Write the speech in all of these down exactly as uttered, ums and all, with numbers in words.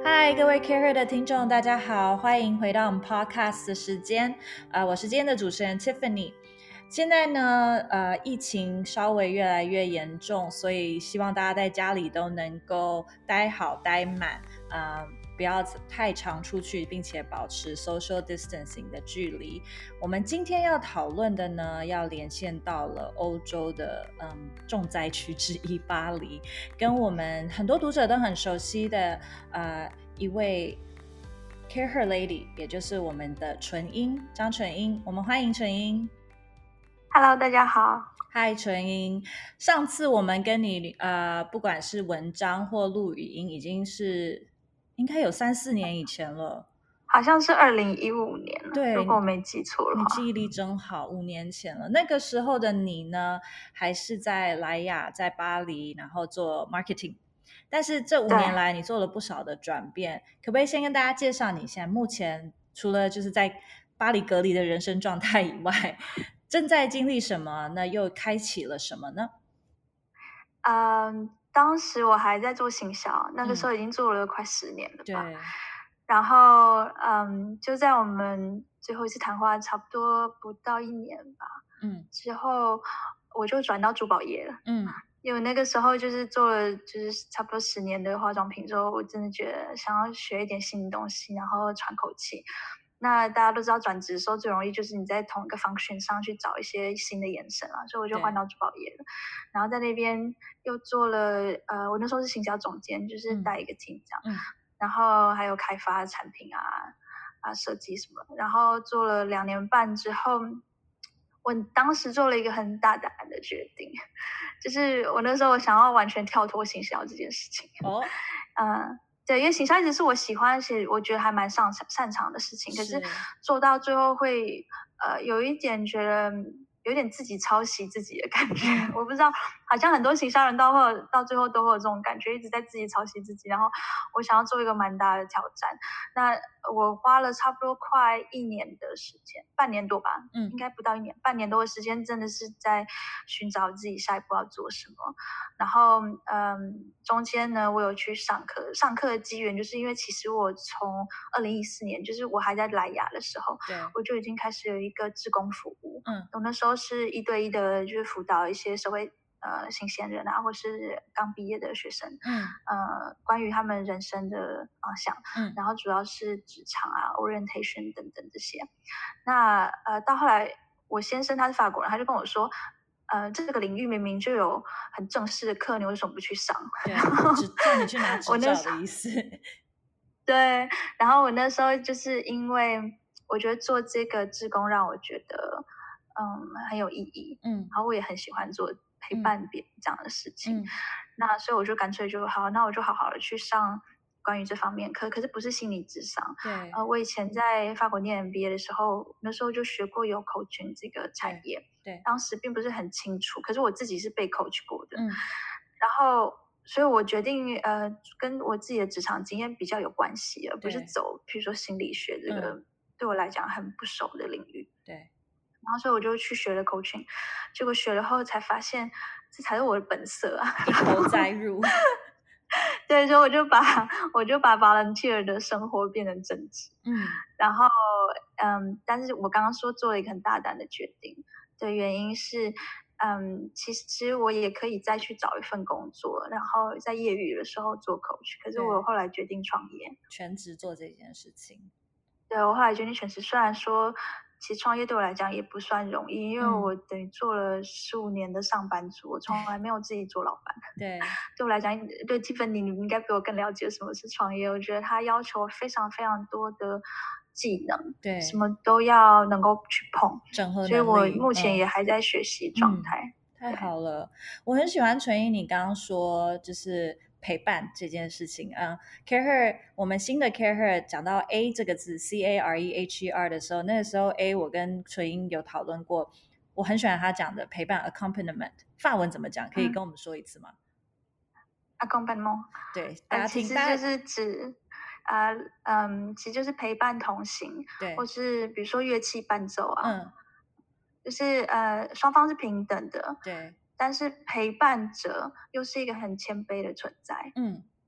嗨，各位 CareHer 的听众，大家好，欢迎回到我们 Podcast 的时间。呃，我是今天的主持人 Tiffany。现在呢，呃，疫情稍微越来越严重，所以希望大家在家里都能够待好待满，呃，不要太常出去，并且保持 social distancing 的距离。我们今天要讨论的呢，要连线到了欧洲的嗯重灾区之一巴黎，跟我们很多读者都很熟悉的呃一位 CareHer Lady， 也就是我们的纯英张纯英，我们欢迎纯英。 Hello， 大家好。 嗨，纯英。上次我们跟你呃，不管是文章或录语音，已经是应该有三四年以前了。 好像是二零一五年了， 对， 如果我没记错的话。 你记忆力真好，五年前了。那个时候的你呢，还是在莱雅，在巴黎，然后做 marketing。但是这五年来，你做了不少的转变，可不可以先跟大家介绍你现在目前除了就是在巴黎隔离的人生状态以外，正在经历什么？那又开启了什么呢？ 嗯，当时我还在做行销，那个时候已经做了快十年了吧。 对。 然后，嗯，就在我们最后一次谈话差不多不到一年吧， 嗯， 之后我就转到珠宝业了。 嗯， 因为那个时候就是做了就是差不多十年的化妆品之后，我真的觉得想要学一点新的东西，然后喘口气。那大家都知道转职的时候最容易就是你在同一个 function 上去找一些新的延伸啊，所以我就换到珠宝业了。然后在那边又做了呃，我那时候是行销总监，就是带一个 team 这样， 嗯嗯、 然后还有开发产品啊啊设计什么，然后做了两年半之后，我当时做了一个很大胆的决定，就是我那时候想要完全跳脱行销这件事情。 哦， 嗯。对，因为行销一直是我喜欢，而且我觉得还蛮擅擅长的事情，可是做到最后会呃有一点觉得有点自己抄袭自己的感觉。嗯、我不知道，好像很多行销人到后到最后都会有这种感觉，一直在自己抄袭自己。然后我想要做一个蛮大的挑战，那我花了差不多快一年的时间，半年多吧，嗯，应该不到一年，半年多的时间，真的是在寻找自己下一步要做什么。然后，嗯，中间呢，我有去上课，上课的机缘就是因为其实我从二零一四年，就是我还在莱雅的时候，对，我就已经开始有一个志工服务。嗯，我那时候是一对一的，就是辅导一些社会呃新鲜人啊，或是刚毕业的学生，嗯，呃，关于他们人生的方向，嗯，然后主要是职场啊、orientation 等等这些。那呃，到后来，我先生他是法国人，他就跟我说。呃，这个领域明明就有很正式的课，你为什么不去上？ 对，只叫你去拿执照的意思。 对，然后我那时候就是因为我觉得做这个志工让我觉得嗯很有意义，嗯，然后我也很喜欢做陪伴别人这样的事情，嗯、那所以我就干脆就好，那我就好好的去上关于这方面课，可是不是心理智商。对，呃，我以前在法国念 M B A 的时候，那时候就学过有 coaching 这个产业，对，对当时并不是很清楚，可是我自己是被 coach 过的，嗯，然后。所以我决定，呃，跟我自己的职场经验比较有关系，而不是走，譬如说心理学这个、嗯、对我来讲很不熟的领域。对，然后所以我就去学了 coaching， 结果学了后才发现，这才是我的本色啊， 一头栽入。 对，所以我就把我就把 volunteer 的生活变成正职，嗯，然后嗯，但是我刚刚说做了一个很大胆的决定的原因是。嗯，其实我也可以再去找一份工作，然后在业余的时候做 coach。可是我后来决定创业， 全职做这件事情。 对，我后来决定全职，虽然说其实创业对我来讲也不算容易，因为我等于做了十五年的上班族，我从来没有自己做老板。 对， 对我来讲，对 Tiffany 你应该比我更了解什么是创业。我觉得它要求非常非常多的技能，对，什么都要能够去碰， 整合能力， 所以我目前也还在学习状态。 嗯太好了，我很喜欢纯英你刚刚说就是陪伴这件事情啊、嗯、，CareHer 我们新的 CareHer 讲到 A 这个字 C A R E H E R 的时候，那个时候 A 我跟纯英有讨论过，我很喜欢他讲的陪伴 accompaniment， 法文怎么讲？可以跟我们说一次吗？ 嗯、accompagnement 对，大家听， 呃、其实就是指呃嗯，其实就是陪伴同行，对，或是比如说乐器伴奏啊，嗯。就是呃，双方是平等的，对，但是陪伴者又是一个很谦卑的存在， 嗯，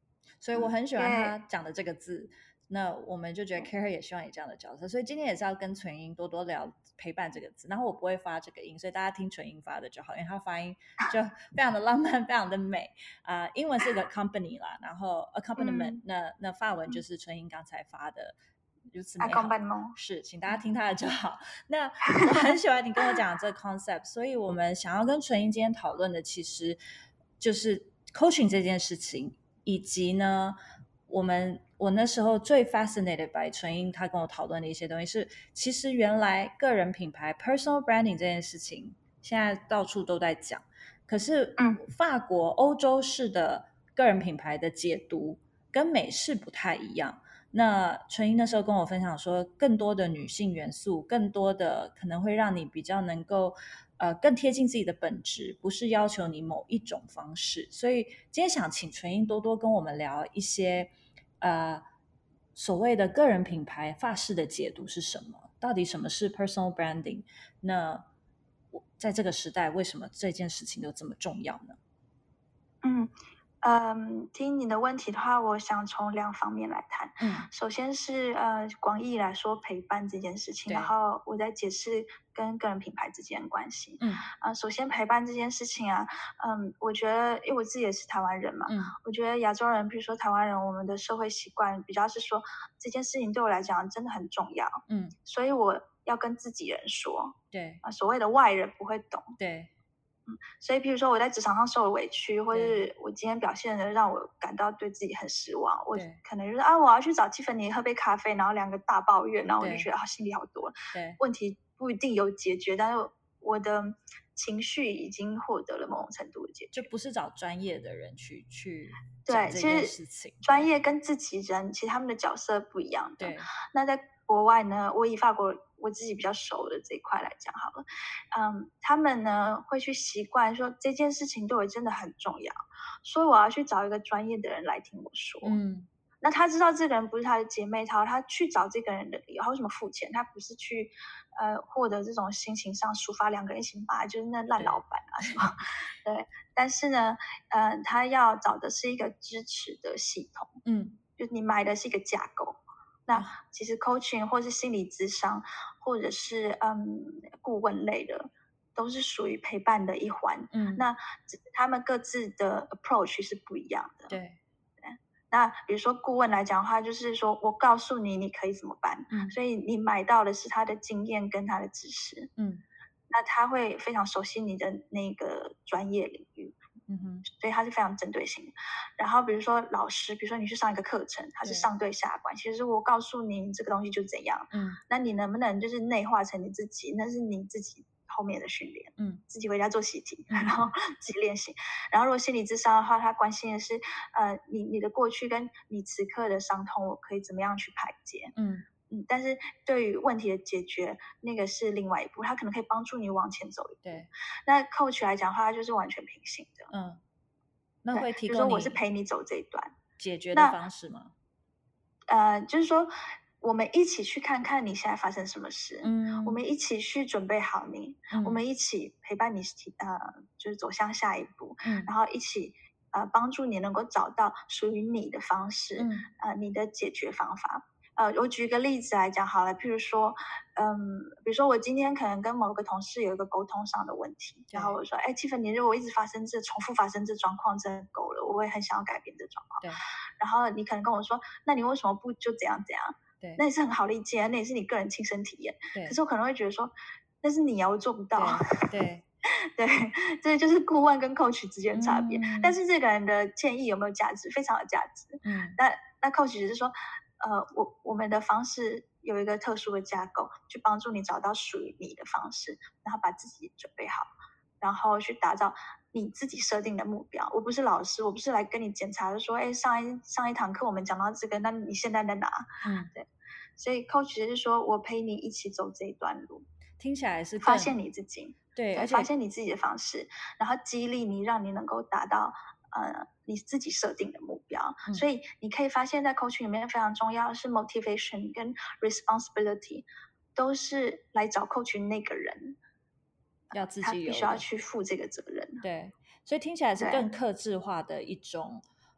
所以我很喜欢他讲的这个字。那我们就觉得 Carrie 也希望有这样的角色，所以今天也是要跟纯英多多聊陪伴这个字。然后我不会发这个音，所以大家听纯英发的就好，因为它发音就非常的浪漫，非常的美啊、呃。英文是个 company 啦，然后 accompaniment，、嗯、那那法文就是纯英刚才发的。如此美好，是，请大家听他的就好。那我很喜欢你跟我讲的这个 concept， 所以我们想要跟纯英今天讨论的，其实就是 coaching 这件事情，以及呢，我们我那时候最 fascinated by 纯英他跟我讨论的一些东西是，其实原来个人品牌 personal branding 这件事情，现在到处都在讲，可是法国、欧洲式的个人品牌的解读跟美式不太一样。那纯英那时候跟我分享说，更多的女性元素，更多的可能会让你比较能够呃更贴近自己的本质，不是要求你某一种方式。所以今天想请纯英多多跟我们聊一些呃所谓的个人品牌法式的解读是什么，到底什么是 personal branding， 那在这个时代为什么这件事情都这么重要呢？ 嗯嗯，听你的问题的话，我想从两方面来谈。 嗯， 首先是呃广义来说陪伴这件事情，然后我再解释跟个人品牌之间的关系。 嗯， 啊、呃，首先陪伴这件事情啊，嗯，我觉得因为我自己也是台湾人嘛， 嗯， 我觉得亚洲人，比如说台湾人，我们的社会习惯比较是说这件事情对我来讲真的很重要， 嗯， 所以我要跟自己人说， 对啊、呃，所谓的外人不会懂， 对。 嗯，所以譬如说我在职场上受了委屈，或是我今天表现的让我感到对自己很失望，我可能就是啊，我要去找 Tiffany 喝杯咖啡，然后两个大抱怨，然后我就觉得啊，心里好多了。 对， 问题不一定有解决，但是我的情绪已经获得了某种程度的解决， 就不是找专业的人去去讲这件事情。 专业跟自己人其实他们的角色不一样的。 对， 那在国外呢，我以法国我自己比较熟的这一块来讲好了，嗯，他们呢会去习惯说这件事情对我真的很重要，所以我要去找一个专业的人来听我说。 嗯， 那他知道这个人不是他的姐妹淘，他去找这个人的理由，他为什么付钱？他不是去呃获得这种心情上抒发，两个人一起骂，就是那烂老板啊什么。对，但是呢，呃，他要找的是一个支持的系统， 嗯， 就你买的是一个架构。那其实 coaching 或是心理咨商，或者是嗯顾问类的，都是属于陪伴的一环。 嗯， 那他们各自的 approach 是不一样的。 对。 那比如说顾问来讲的话，就是说我告诉你你可以怎么办， 嗯， 所以你买到的是他的经验跟他的知识， 嗯， 那他会非常熟悉你的那个专业领域， 嗯哼， 所以他是非常针对性的。然后比如说老师，比如说你去上一个课程，他是上对下关，其实我告诉你这个东西就怎样， 嗯， 那你能不能就是内化成你自己，那是你自己后面的训练， 嗯， 自己回家做习题，然后自己练习。然后如果心理咨商的话，他关心的是，呃，你你的过去跟你此刻的伤痛，我可以怎么样去排解？ 嗯嗯，但是对于问题的解决，那个是另外一步，他可能可以帮助你往前走一步。 对， 那 coach 来讲的话，它就是完全平行的。 嗯，那会提供比如说我是陪你走这一段解决的方式吗？ 呃，就是说。我们一起去看看你现在发生什么事， 嗯， 我们一起去准备好你， 嗯、 我们一起陪伴你，呃，就是走向下一步， 嗯， 然后一起呃帮助你能够找到属于你的方式， 嗯， 呃，你的解决方法。呃，我举一个例子来讲好了，譬如说，嗯，比如说我今天可能跟某个同事有一个沟通上的问题，然后我说，哎，Tiffany，如果一直发生这重复发生这状况，真的够了，我会很想要改变这状况。 对， 然后你可能跟我说，那你为什么不就怎样怎样？ 对， 那也是很好的意见，那也是你个人亲身体验。 对， 可是我可能会觉得说，那是你啊，我做不到。 对， 对，这就是顾问跟 coach 之间的差别。 嗯、 但是这个人的建议有没有价值？非常有价值。 嗯， 那那 coach 只是说，呃，我我们的方式有一个特殊的架构，去帮助你找到属于你的方式，然后把自己准备好，然后去打造你自己设定的目标。我不是老师，我不是来跟你检查的说，哎，上一上一堂课我们讲到这个，那你现在在哪？ 嗯， 对。所以 coach 是说我陪你一起走这一段路， 听起来是发现你自己， 对，而且发现你自己的方式，然后激励你，让你能够达到呃你自己设定的目标。嗯、所以你可以发现，在 coaching 里面非常重要的是 motivation 跟 responsibility， 都是来找 coaching 那个人， 要自己他必须要去负这个责任。 对，所以听起来是更客制化的一种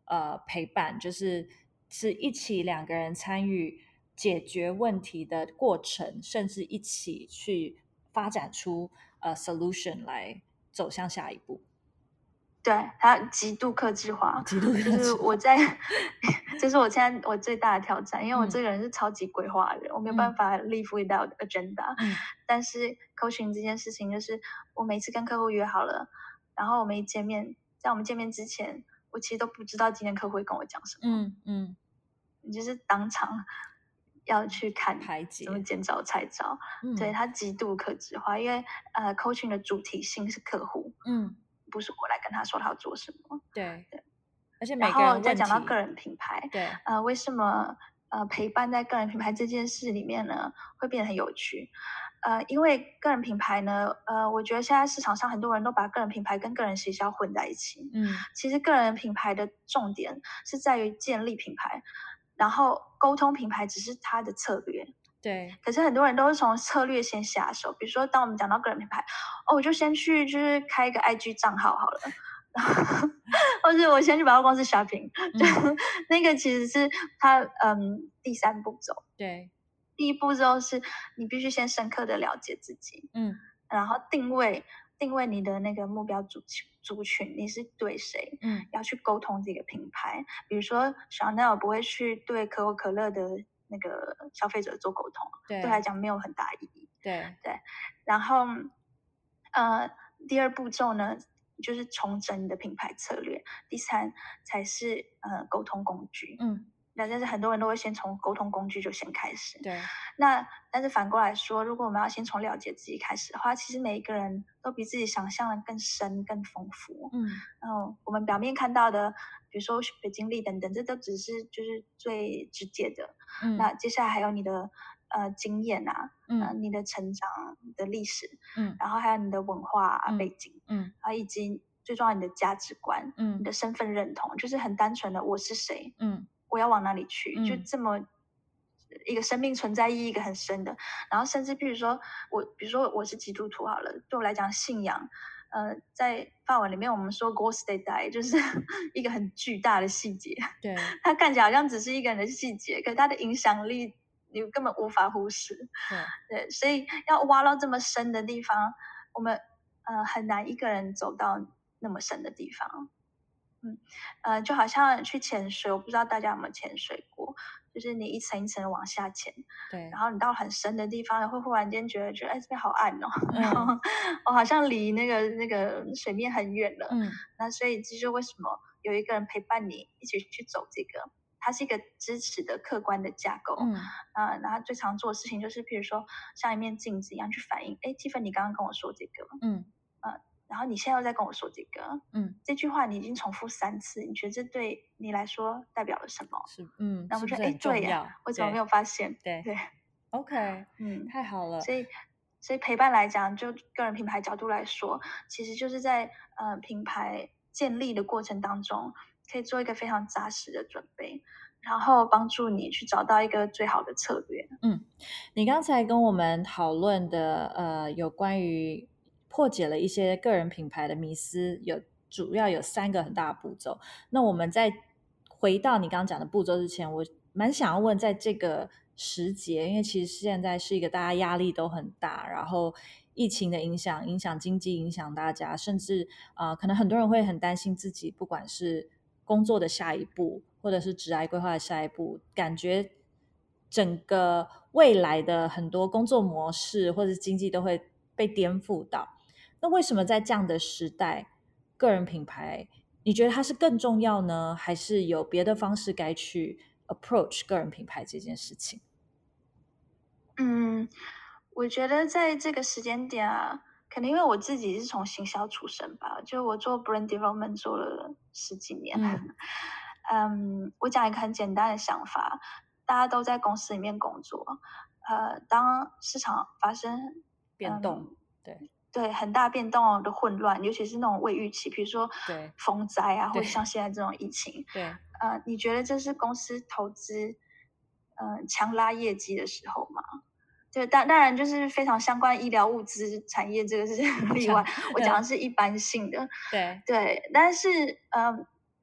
呃陪伴，就是是一起两个人参与解决问题的过程，甚至一起去发展出呃 solution 来走向下一步。 对，它极度客制化， 极度客制化， 就是我在，这是我现在我最大的挑战，因为我这个人是超级规划的人，嗯、我没有办法 live without agenda。嗯，但是 coaching 这件事情，就是我每次跟客户约好了，然后我们一见面，在我们见面之前，我其实都不知道今天客户会跟我讲什么。嗯嗯，你就是当场要去看排解， 怎么见招拆招。嗯，对，它极度客制化，因为呃 coaching 的主体性是客户。嗯。不是我来跟他说他要做什么， 对对， 而且每个人然后再讲到个人品牌， 对， 呃，为什么呃陪伴在个人品牌这件事里面呢，会变得很有趣？呃，因为个人品牌呢，呃，我觉得现在市场上很多人都把个人品牌跟个人行销混在一起，嗯，其实个人品牌的重点是在于建立品牌，然后沟通品牌只是它的策略。 对， 可是很多人都是从策略先下手，比如说，当我们讲到个人品牌，哦，我就先去就是开一个 I G 账号好了，或者我先去百货公司 shopping，、嗯、就那个其实是它嗯第三步骤。 对， 第一步骤是你必须先深刻的了解自己，嗯，然后定位定位你的那个目标族群族群，你是对谁，嗯，要去沟通这个品牌，比如说 Chanel 不会去对可口可乐的那个消费者做沟通，对他来讲没有很大意义。 对对，然后呃，第二步骤呢，就是重整你的品牌策略。第三才是呃沟通工具。嗯，那但是很多人都会先从沟通工具就先开始。 对， 那但是反过来说，如果我们要先从了解自己开始的话，其实每一个人都比自己想象的更深、更丰富。嗯，然后我们表面看到的，比如说学经历等等，这都只是就是最直接的。嗯，那接下来还有你的呃经验啊，嗯、呃，你的成长、你的历史，嗯，然后还有你的文化、啊嗯、背景，嗯，啊以及最重要你的价值观，嗯，你的身份认同，就是很单纯的我是谁，嗯，我要往哪里去，嗯、就这么一个生命存在意义一个很深的。然后甚至比如说我，比如说我是基督徒好了，对我来讲信仰。呃，在法文里面，我们说 "Ghost Day" 就是一个很巨大的细节。 对， 它看起来好像只是一个人的细节，可是它的影响力你根本无法忽视。对，对，所以要挖到这么深的地方，我们呃很难一个人走到那么深的地方。嗯，呃，就好像去潜水，我不知道大家有没有潜水过，就是你一层一层的往下潜， 对， 然后你到很深的地方，会忽然间觉得觉得哎这边好暗哦，嗯、然后我好像离那个那个水面很远了。嗯，那所以这就是为什么有一个人陪伴你一起去走这个，它是一个支持的客观的架构。嗯，啊、呃，然后最常做的事情就是，譬如说像一面镜子一样去反映，哎 ，Tiffany 你刚刚跟我说这个，嗯，呃。然后你现在又在跟我说这个，嗯，这句话你已经重复三次，你觉得这对你来说代表了什么？ 是，嗯， 然后我觉得，哎，对呀，我怎么没有发现？ 对对 ，OK，嗯，太好了。 所以，所以陪伴来讲，就个人品牌角度来说，其实就是在呃品牌建立的过程当中，可以做一个非常扎实的准备，然后帮助你去找到一个最好的策略。 嗯，你刚才跟我们讨论的，呃，有关于破解了一些个人品牌的迷思，有主要有三个很大的步骤。那我们在回到你刚刚讲的步骤之前，我蛮想要问，在这个时节，因为其实现在是一个大家压力都很大，然后疫情的影响，影响经济，影响大家，甚至啊、呃，可能很多人会很担心自己，不管是工作的下一步，或者是职涯规划的下一步，感觉整个未来的很多工作模式或者经济都会被颠覆到。那为什么在这样的时代，个人品牌你觉得它是更重要呢，还是有别的方式该去 approach 个人品牌这件事情？ 嗯，我觉得在这个时间点啊，可能因为我自己是从行销出身吧，就我做 brand development 做了十几年。嗯，嗯，我讲一个很简单的想法，大家都在公司里面工作，呃，当市场发生变动，嗯、对。 对很大变动的混乱，尤其是那种未预期，比如说风灾啊，或者像现在这种疫情， 对， 呃，你觉得这是公司投资，呃，强拉业绩的时候吗？对，当当然就是非常相关医疗物资产业，这个是例外。我讲的是一般性的， 对对，但是，嗯、呃，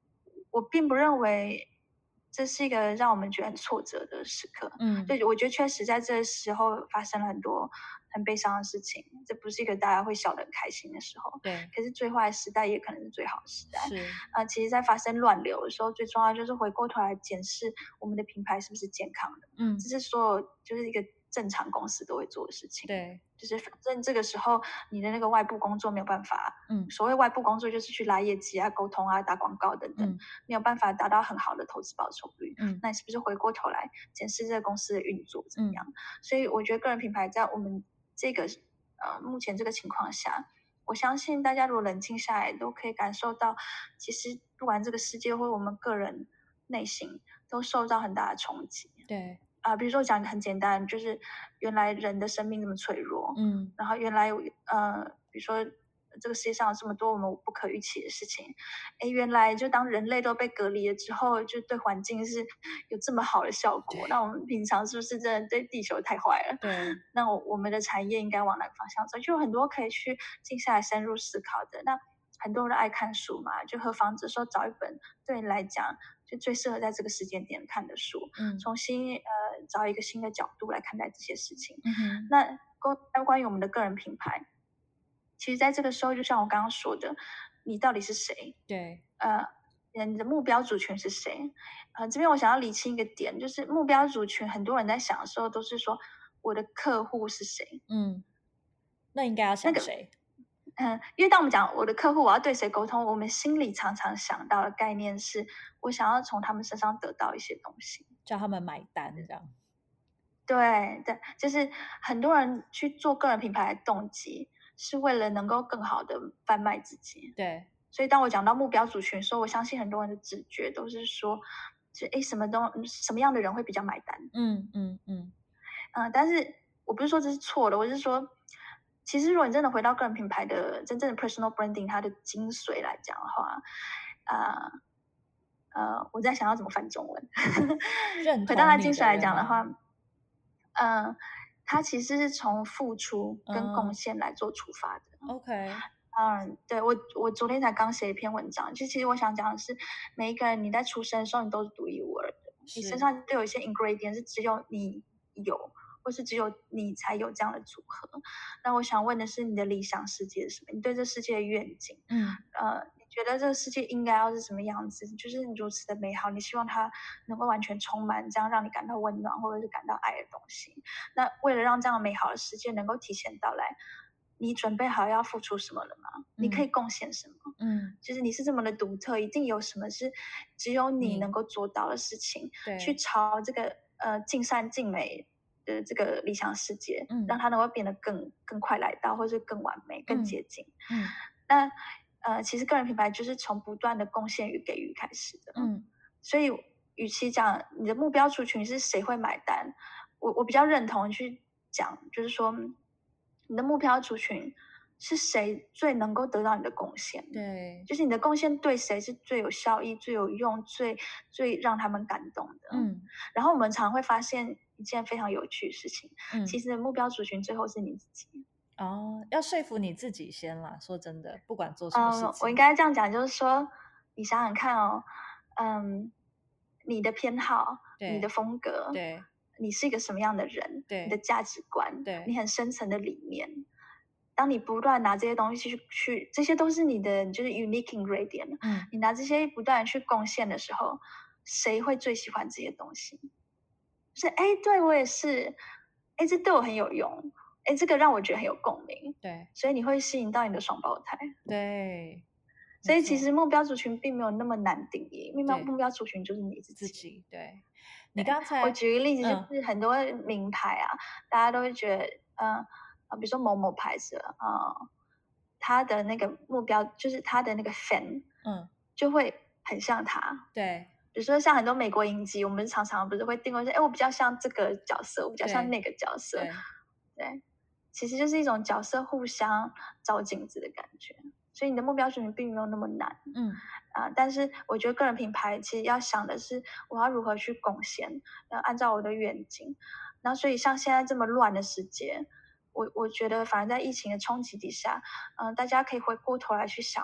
我并不认为这是一个让我们觉得很挫折的时刻。 嗯， 对，我觉得确实在这时候发生了很多很悲伤的事情，这不是一个大家会笑得很开心的时候。 对， 可是最坏的时代也可能是最好的时代。 是， 呃，其实，在发生乱流的时候，最重要就是回过头来检视我们的品牌是不是健康的。 嗯， 这是所有就是一个正常公司都会做的事情。 对， 就是反正这个时候你的那个外部工作没有办法， 嗯， 所谓外部工作就是去拉业绩啊、沟通啊、打广告等等， 嗯， 没有办法达到很好的投资报酬率。 嗯， 那你是不是回过头来检视这个公司的运作怎么样？ 嗯， 所以我觉得个人品牌在我们这个呃目前这个情况下，我相信大家如果冷静下来，都可以感受到，其实不管这个世界或我们个人内心都受到很大的冲击。 对， 啊、呃，比如说讲一个很简单，就是原来人的生命这么脆弱， 嗯， 然后原来呃，比如说这个世界上有这么多我们不可预期的事情，哎，原来就当人类都被隔离了之后，就对环境是有这么好的效果，那我们平常是不是真的对地球太坏了？ 对， 那我我们的产业应该往哪个方向走？就有很多可以去静下来深入思考的。那很多人爱看书嘛，就何妨这时候找一本对你来讲就最适合在这个时间点看的书， 嗯， 重新呃找一个新的角度来看待这些事情。 嗯哼， 那关关于我们的个人品牌，其实在这个时候，就像我刚刚说的，你到底是谁？ 对， 呃，你的目标族群是谁？呃，这边我想要理清一个点，就是目标族群，很多人在想的时候都是说我的客户是谁？ 嗯，那应该要想谁？ 嗯，因为当我们讲我的客户，我要对谁沟通，我们心里常常想到的概念是，我想要从他们身上得到一些东西， 叫他们买单，这样。 对对，就是很多人去做个人品牌的动机，是为了能够更好的贩卖自己。 对， 所以当我讲到目标族群的时候，我相信很多人的直觉都是说，就诶什么东什么样的人会比较买单？ 嗯嗯嗯， 嗯、呃，但是我不是说这是错的，我是说，其实如果你真的回到个人品牌的真正的 personal branding 它的精髓来讲的话，呃呃，我在想要怎么翻中文。 认回到它同你的精髓来人吗？ 讲的话，呃，它其实是从付出跟贡嗯献来做出发的。 ，OK， 嗯，对，我我昨天才刚写一篇文章，就其实我想讲的是，每一个人你在出生的时候，你都是独一无二的，你身是， 上都有一些 ingredient 是只有你有，或是只有你才有这样的组合。那我想问的是，你的理想世界是什么？你对这世界的愿景， 嗯呃，你觉得这个世界应该要是什么样子？就是如此的美好，你希望它能够完全充满这样让你感到温暖或者是感到爱的东西。那为了让这样美好的世界能够提前到来，你准备好要付出什么了吗？你可以贡献什么？ 嗯， 就是你是这么的独特，一定有什么是只有你你能够做到的事情， 对， 去朝这个呃尽善尽美的这个理想世界， 嗯让它能够变得更更快来到，或是更完美、更嗯接近。 嗯那呃，其实个人品牌就是从不断的贡献与给予开始的。 嗯所以，与其讲你的目标族群是谁会买单，我我比较认同去讲，就是说你的目标族群是谁最能够得到你的贡献， 对， 就是你的贡献对谁是最有效益、最有用、最最让他们感动的。 嗯然后我们常会发现一件非常有趣的事情， 嗯， 其实目标族群最后是你自己。 哦，要说服你自己先啦。说真的，不管做什么事嗯， 情， 我应该这样讲，就是说，你想想看哦，嗯，你的偏好、你的对风格， 对你是一个什么样的人， 对你的价值观， 对你很深层的理念，当你不断拿这些东西去去，这些都是你的就是 unique ingredient， 嗯你拿这些不断地去贡献的时候，谁会最喜欢这些东西？就是哎，对我也是，哎，这对我很有用，哎，这个让我觉得很有共鸣， 对所以你会吸引到你的双胞胎。 对， 所以没错其实目标族群并没有那么难定义，目标对目标族群就是你自己。 自己。对，你刚才我举个例子，就嗯是很多名牌啊，大家都会觉得，嗯、呃，比如说某某牌子，呃，他的那个目标就是他的那个 fan 嗯， 就会很像他。 对比如说像很多美国影集，我们常常不是会定位说，哎，我比较像这个角色，我比较像对那个角色， 对， 对，其实就是一种角色互相照镜子的感觉。所以你的目标族群并没有那么难， 嗯啊、但是我觉得个人品牌其实要想的是，我要如何去贡献，要按照我的愿景。那所以像现在这么乱的世界，我我觉得反而在疫情的冲击底下，嗯、大家可以回过头来去想，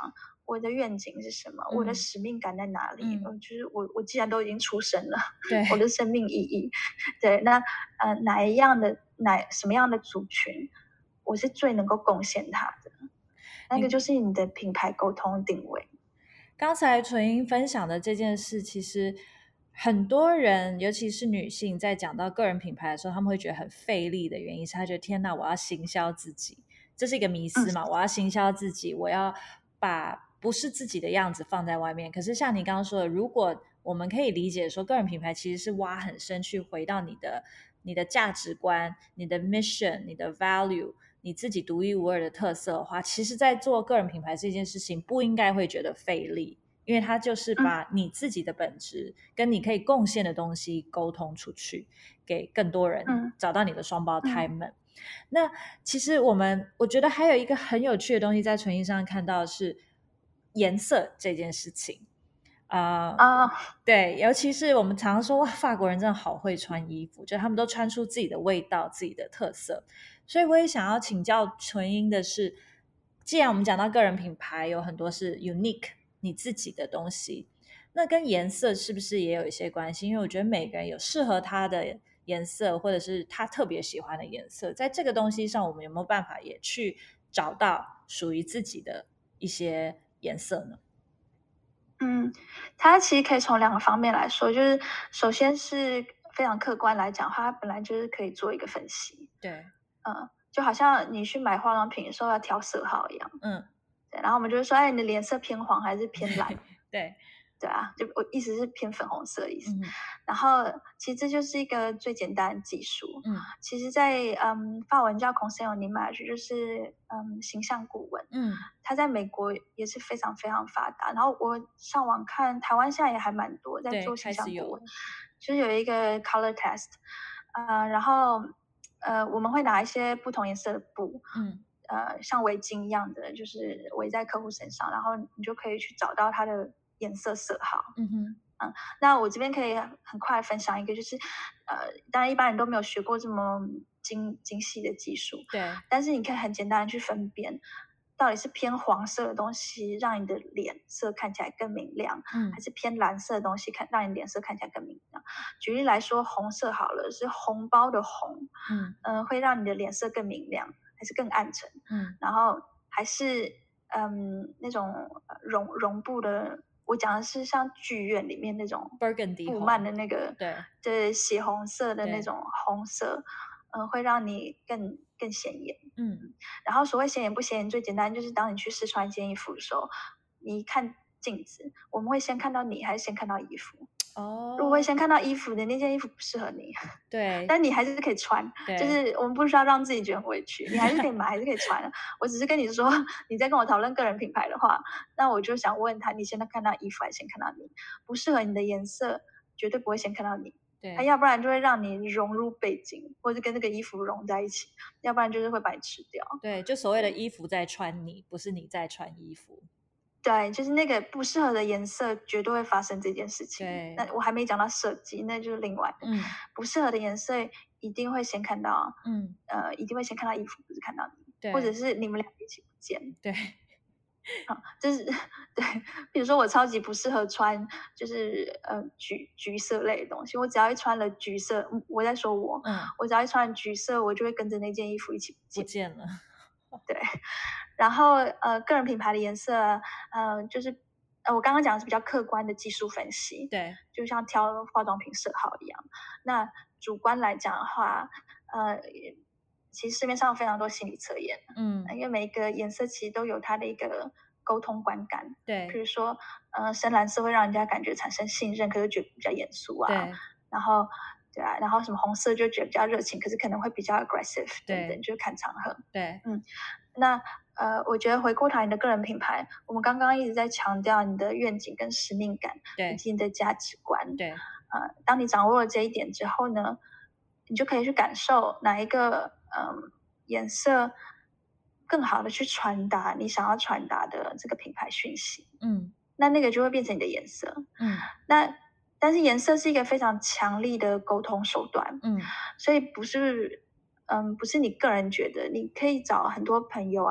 我的愿景是什么？ 嗯、 我的使命感在哪里？ 嗯、 呃、就是我我既然都已经出生了， 对， 我的生命意义，对，那呃哪一样的哪什么样的族群，我是最能够贡献它的？那个就是你的品牌沟通定位。 刚才纯英分享的这件事，其实很多人，尤其是女性，在讲到个人品牌的时候，他们会觉得很费力的原因是，他觉得天哪，我要行销自己，这是一个迷思嘛？嗯、我要行销自己，我要把不是自己的样子放在外面。可是像你刚刚说的，如果我们可以理解说，个人品牌其实是挖很深去回到你的你的价值观、你的 mission、你的 value。你自己独一无二的特色的话，其实在做个人品牌这件事情不应该会觉得费力，因为它就是把你自己的本质跟你可以贡献的东西沟通出去，给更多人找到你的双胞胎们。嗯、那其实我们我觉得还有一个很有趣的东西在纯英上看到的是颜色这件事情啊、呃 uh, 对，尤其是我们常常说哇，法国人真的好会穿衣服，就他们都穿出自己的味道、自己的特色。所以我也想要请教纯英的是，既然我们讲到个人品牌有很多是 unique 你自己的东西，那跟颜色是不是也有一些关系？因为我觉得每个人有适合他的颜色，或者是他特别喜欢的颜色，在这个东西上，我们有没有办法也去找到属于自己的一些颜色呢？ 嗯，它其实可以从两个方面来说，就是首先是非常客观来讲，它本来就是可以做一个分析。 对。 嗯，就好像你去买化妆品的时候要挑色号一样， 嗯， 对，然后我们就会说，哎，你的脸色偏黄还是偏蓝？ 对， 对啊，就我意思是偏粉红色的意思。 嗯、 然后其实这就是一个最简单的技术。 嗯， 其实在，在嗯法文叫 conseil d'image，就是嗯形象顾问。 嗯， 他在美国也是非常非常发达。然后我上网看，台湾现在也还蛮多在做形象顾问，就是有一个 color test， 呃，然后。呃，我们会拿一些不同颜色的布， 嗯， 呃，像围巾一样的，就是围在客户身上，然后你就可以去找到它的颜色色号。 嗯哼， 嗯，那我这边可以很快分享一个，就是呃，当然一般人都没有学过这么精精细的技术， 对， 但是你可以很简单的去分辨。到底是偏黄色的东西让你的脸色看起来更明亮， 嗯， 还是偏蓝色的东西看让你脸色看起来更明亮？举例来说，红色好了，是红包的红， 嗯， 呃，会让你的脸色更明亮，还是更暗沉？ 嗯， 然后还是嗯那种绒绒布的，我讲的是像剧院里面那种 Burgundy 布幔的那个， 对， 对，血红色的那种红色，嗯、呃，会让你更更显眼。 嗯， 然后所谓显眼不显眼，最简单就是当你去试穿一件衣服的时候，你一看镜子，我们会先看到你，还是先看到衣服？ 哦， 如果会先看到衣服的那件衣服不适合你， 对， 但你还是可以穿，就是我们不需要让自己觉得很委屈，你还是可以买，还是可以穿。我只是跟你说，你在跟我讨论个人品牌的话，那我就想问他，你先看到衣服，还是先看到你？不适合你的颜色，绝对不会先看到你。 对， 它要不然就会让你融入背景，或者跟那个衣服融在一起，要不然就是会把你吃掉。 对，就所谓的衣服在穿你，不是你在穿衣服。 对，就是那个不适合的颜色，绝对会发生这件事情。 对， 那我还没讲到设计，那就是另外的。 嗯， 不适合的颜色一定会先看到， 嗯， 呃，一定会先看到衣服，不是看到你， 对， 或者是你们俩一起不见。 对。 啊，就是对，比如说我超级不适合穿，就是呃橘橘色类的东西。我只要一穿了橘色，我在说我， 嗯， 我只要一穿橘色，我就会跟着那件衣服一起不见了。 对，然后呃，个人品牌的颜色，呃，就是呃，我刚刚讲的是比较客观的技术分析， 对， 就像挑化妆品色号一样。那主观来讲的话，呃。其实市面上非常多心理测验， 嗯， 因为每一个颜色其实都有它的一个沟通观感， 对， 比如说，呃，深蓝色会让人家感觉产生信任，可是觉得比较严肃啊， 对， 然后，对啊，然后什么红色就觉得比较热情，可是可能会比较 aggressive 等等，就是看场合， 对， 嗯，那呃，我觉得回顾谈你的个人品牌，我们刚刚一直在强调你的愿景跟使命感， 对， 以及你的价值观， 对， 呃，当你掌握了这一点之后呢，你就可以去感受哪一个。嗯，颜色更好的去传达你想要传达的这个品牌讯息， 嗯， 那那个就会变成你的颜色， 嗯， 那但是颜色是一个非常强力的沟通手段， 嗯， 所以不是，嗯，不是你个人觉得，你可以找很多朋友啊，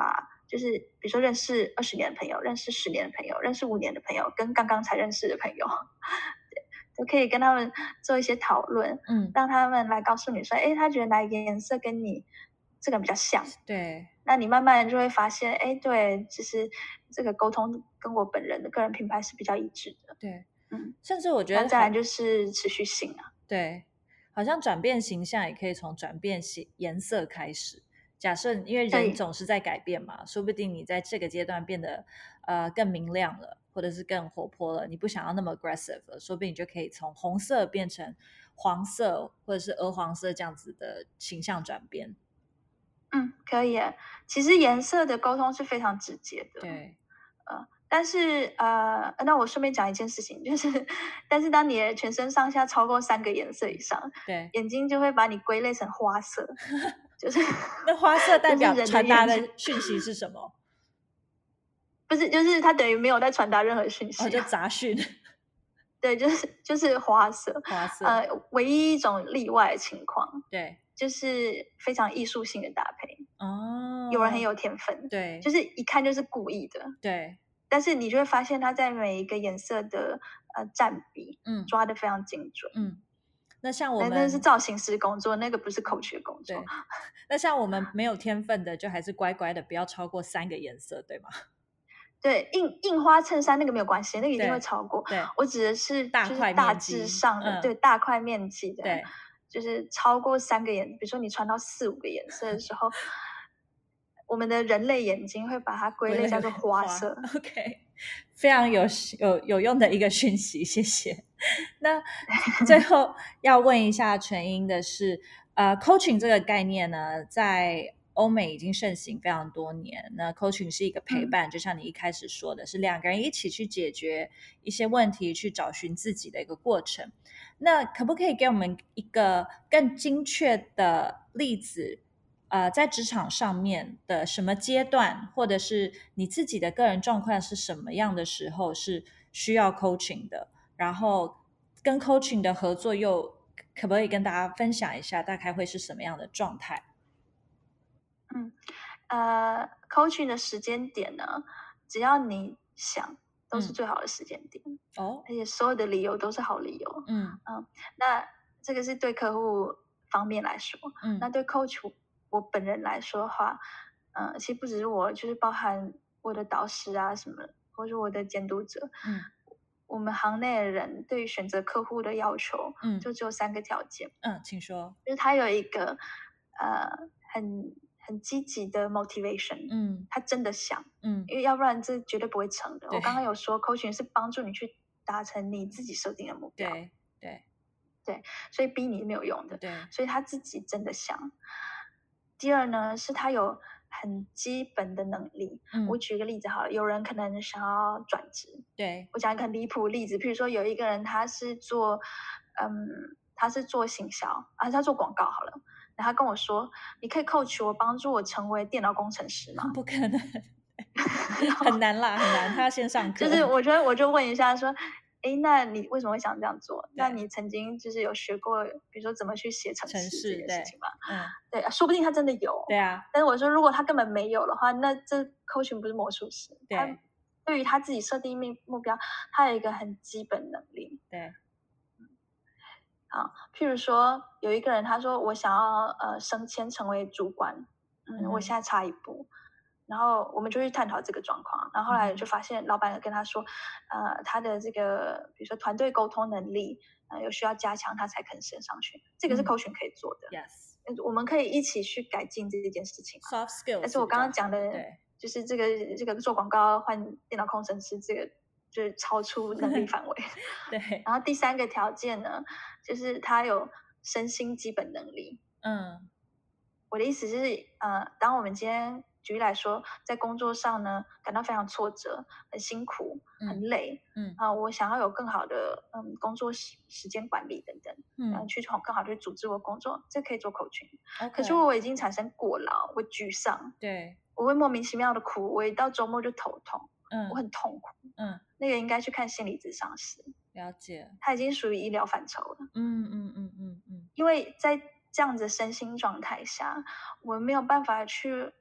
就是比如说认识二十年的朋友，认识十年的朋友，认识五年的朋友，跟刚刚才认识的朋友，对，都可以跟他们做一些讨论， 嗯， 让他们来告诉你说，哎，他觉得哪一个颜色跟你这个比较像， 对， 那你慢慢就会发现，哎，对，其实这个沟通跟我本人的个人品牌是比较一致的， 对， 嗯， 甚至我觉得那再来就是持续性啊， 对，好像转变形象也可以从转变颜颜色开始。假设因为人总是在改变嘛，说不定你在这个阶段变得呃更明亮了，或者是更活泼了，你不想要那么 aggressive 了，说不定你就可以从红色变成黄色或者是鹅黄色这样子的形象转变。 嗯，可以耶。其实颜色的沟通是非常直接的。 对， 呃，但是呃，那我顺便讲一件事情，就是，但是当你的全身上下超过三个颜色以上， 对， 眼睛就会把你归类成花色，就是那花色代表就是传达人的的讯息是什么？ 不是，就是它等于没有在传达任何讯息、啊， 哦，就杂讯。 对，就是就是花色， 花色， 呃，唯一一种例外的情况， 对， 就是非常艺术性的搭配。 哦， 有人很有天分， 对， 就是一看就是故意的， 对， 但是你就会发现他在每一个颜色的呃占比， 嗯， 抓的非常精准， 嗯。那像我们那是造型师工作，那个不是口诀工作。 对，那像我们没有天分的，就还是乖乖的，不要超过三个颜色，对吗？ 对，印印花衬衫那个没有关系，那个一定会超过。 对， 我指的是大就是大块面积致上的， 嗯对，大块面积的， 对， 就是超过三个颜，比如说你穿到四五个颜色的时候，我们的人类眼睛会把它归类叫做花色。 OK，非常有有有用的一个讯息，谢谢。那最后要问一下纯英的是，呃，coaching 这个概念呢，在欧美已经盛行非常多年。那 coaching 是一个陪伴，嗯、就像你一开始说的，是两个人一起去解决一些问题，去找寻自己的一个过程。那可不可以给我们一个更精确的例子？呃，在职场上面的什么阶段，或者是你自己的个人状况是什么样的时候是需要 coaching 的？然后跟 coaching 的合作又可不可以跟大家分享一下，大概会是什么样的状态？ 嗯，呃 ，coaching 的时间点呢，只要你想，都是最好的时间点。 哦、 嗯，而且所有的理由都是好理由。 嗯嗯，那这个是对客户方面来说。 嗯， 那对 coach 我本人来说的话，嗯、呃，其实不只是我，就是包含我的导师啊什么，或者我的监督者。 嗯， 我们行内的人对于选择客户的要求， 嗯， 就只有三个条件。 嗯，请说。 就是他有一个呃很很积极的 motivation， 嗯， 他真的想， 嗯， 因为要不然这绝对不会成的。 对我刚刚有说，coaching 是帮助你去达成你自己设定的目标， 对对对，所以逼你是没有用的。 对， 所以他自己真的想。第二呢，是他有很基本的能力。 嗯， 我举个例子好了，有人可能想要转职， 对， 我讲一个很离谱的例子，譬如说有一个人他是做，嗯，他是做行销啊，他做广告好了，然后他跟我说，你可以 coach 我，帮助我成为电脑工程师吗？ 不可能，很难啦，很难，他要先上课。 就是我觉得我就问一下说，哎，那你为什么会想这样做？那你曾经就是有学过，比如说怎么去写程式这件事情吗？ 嗯， 对啊，说不定他真的有。 对啊， 但是我说，如果他根本没有的话，那这 coaching 不是魔术师。 对， 他对于他自己设定目目标，他有一个很基本能力。 对， 啊，譬如说有一个人他说我想要呃升迁成为主管，嗯，嗯我现在差一步。然后我们就去探讨这个状况，然后后来就发现老板跟他说，呃，他的这个比如说团队沟通能力，呃，有需要加强，他才肯升上去。这个是 coaching 可以做的。 Yes， 我们可以一起去改进这件事情。 Soft skills。 但是我刚刚讲的，就是这个这个做广告换电脑工程师，这个就是超出能力范围。 对。 然后第三个条件呢，就是他有身心基本能力。 嗯， 我的意思是，呃，当我们今天举例来说，在工作上呢，感到非常挫折、很辛苦、很累，嗯啊、呃，我想要有更好的嗯工作时时间管理等等，嗯、呃，去更好的组织我工作，这可以做 coaching。可是我已经产生过劳，我沮丧， 对， 我会莫名其妙的哭，我一到周末就头痛， 嗯， 我很痛苦， 嗯， 那个应该去看心理咨商师， 了解， 他已经属于医疗范畴了， 嗯嗯嗯嗯嗯， 因为在这样子身心状态下，我没有办法去。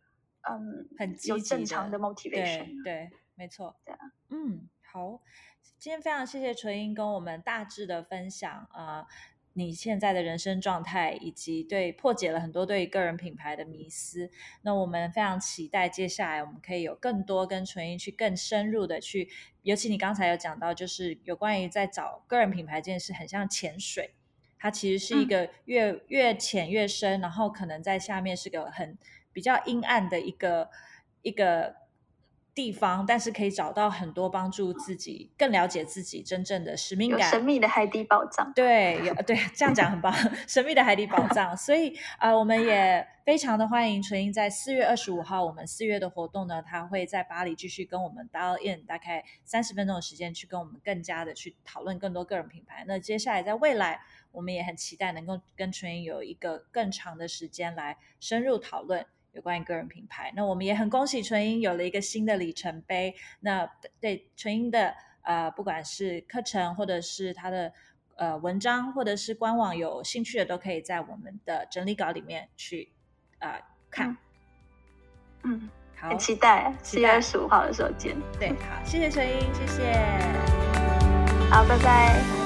嗯， 很积极有正常的 motivation。 对对，没错。 对啊， 嗯，好，今天非常谢谢纯英跟我们大致的分享，呃，你现在的人生状态，以及对破解了很多对个人品牌的迷思。那我们非常期待接下来我们可以有更多跟纯英去更深入的去，尤其你刚才有讲到，就是有关于在找个人品牌这件事，很像潜水。它其实是一个越、嗯、越浅越深，然后可能在下面是个很比较阴暗的一个一个地方，但是可以找到很多帮助自己更了解自己真正的使命感， 有神秘的海底宝藏。 对对，这样讲很棒，神秘的海底宝藏。所以呃，我们也非常的欢迎纯英在四月二十五号，我们四月的活动呢，他会在巴黎继续跟我们 dial in 大概三十分钟的时间，去跟我们更加的去讨论更多个人品牌。那接下来在未来，我们也很期待能够跟纯英有一个更长的时间来深入讨论有关于个人品牌。那我们也很恭喜纯英有了一个新的里程碑。那对纯英的呃，不管是课程或者是他的呃文章，或者是官网有兴趣的，都可以在我们的整理稿里面去呃看。 嗯，嗯好，很期待四月二十五号的时候见。 对，好，谢谢纯英，谢谢。 好，拜拜。